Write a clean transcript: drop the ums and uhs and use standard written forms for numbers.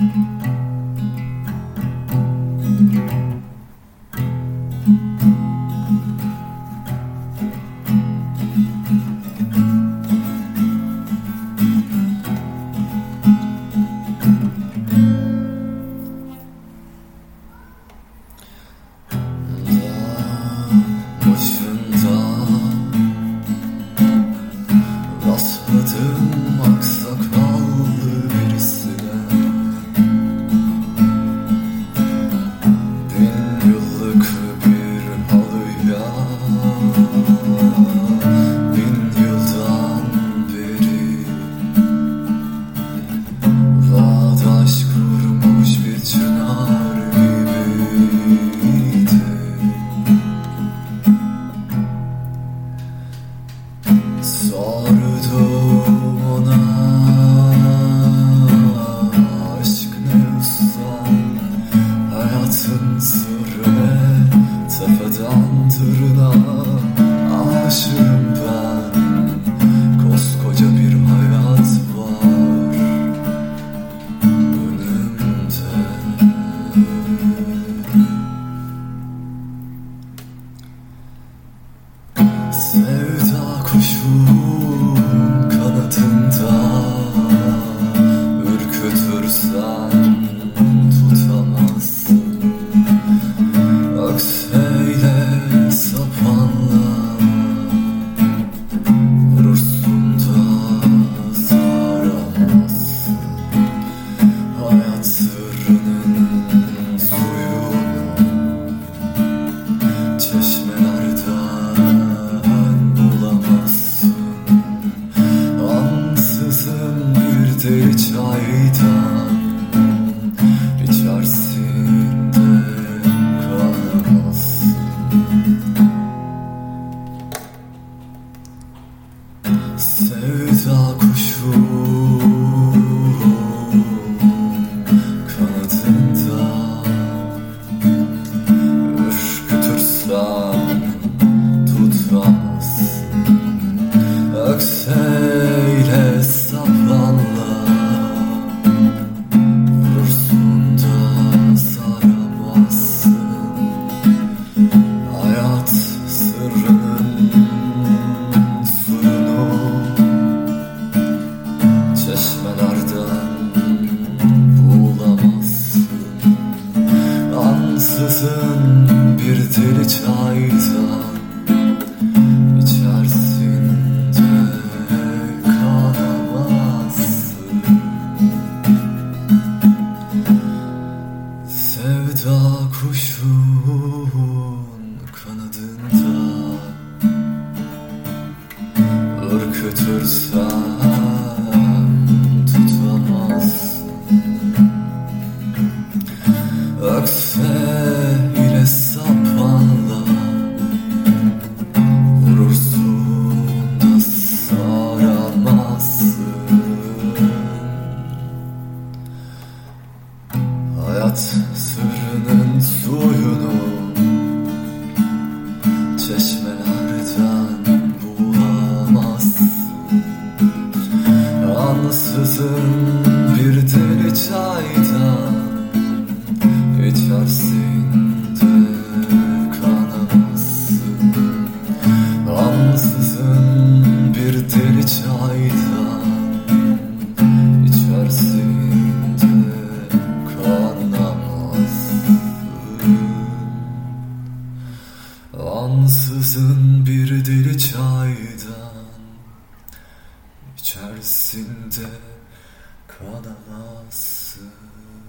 Rastladım aksakallı birisine, 1000 yıllık bir halıya, 1000 yıldan beri bağdaş kurmuş bir çınar gibiydi. Sordum ona, aşk ne ustam, hayatın sırrı ne, tepeden tırnağa aşığım ben. Koskoca bir hayat var önümde. Sevda kuşun kanadında ürkütürsen tutamazsın. Ökseyle sapanla vurursun da saramazsın. Hayat sırrının suyunu çeşmelerden bulamazsın. Ansızın bir deli çaydan içersin de kanamazsın. Sevda kuşu kanadında ürkütürsen tutamazsın. Ökseyle sapanla vurursun da saramazsın. Hayat sırrının suyunu çeşmelerden bulamazsın. Ansızın bir deli çaydan içersin de kanamazsın. Sevda kuşun kanadında ürkütürsen tutamazsın. Ökseyle sapanla vurursun da saramazsın. Hayat sırrının suyunu çeşmelerden bulamazsın. Ansızın bir deli çaydan içersin de kanamazsın. Ansızın bir deli çaydan içersin de kanamazsın. Ansızın bir deli çaydan içersin de kanamazsın.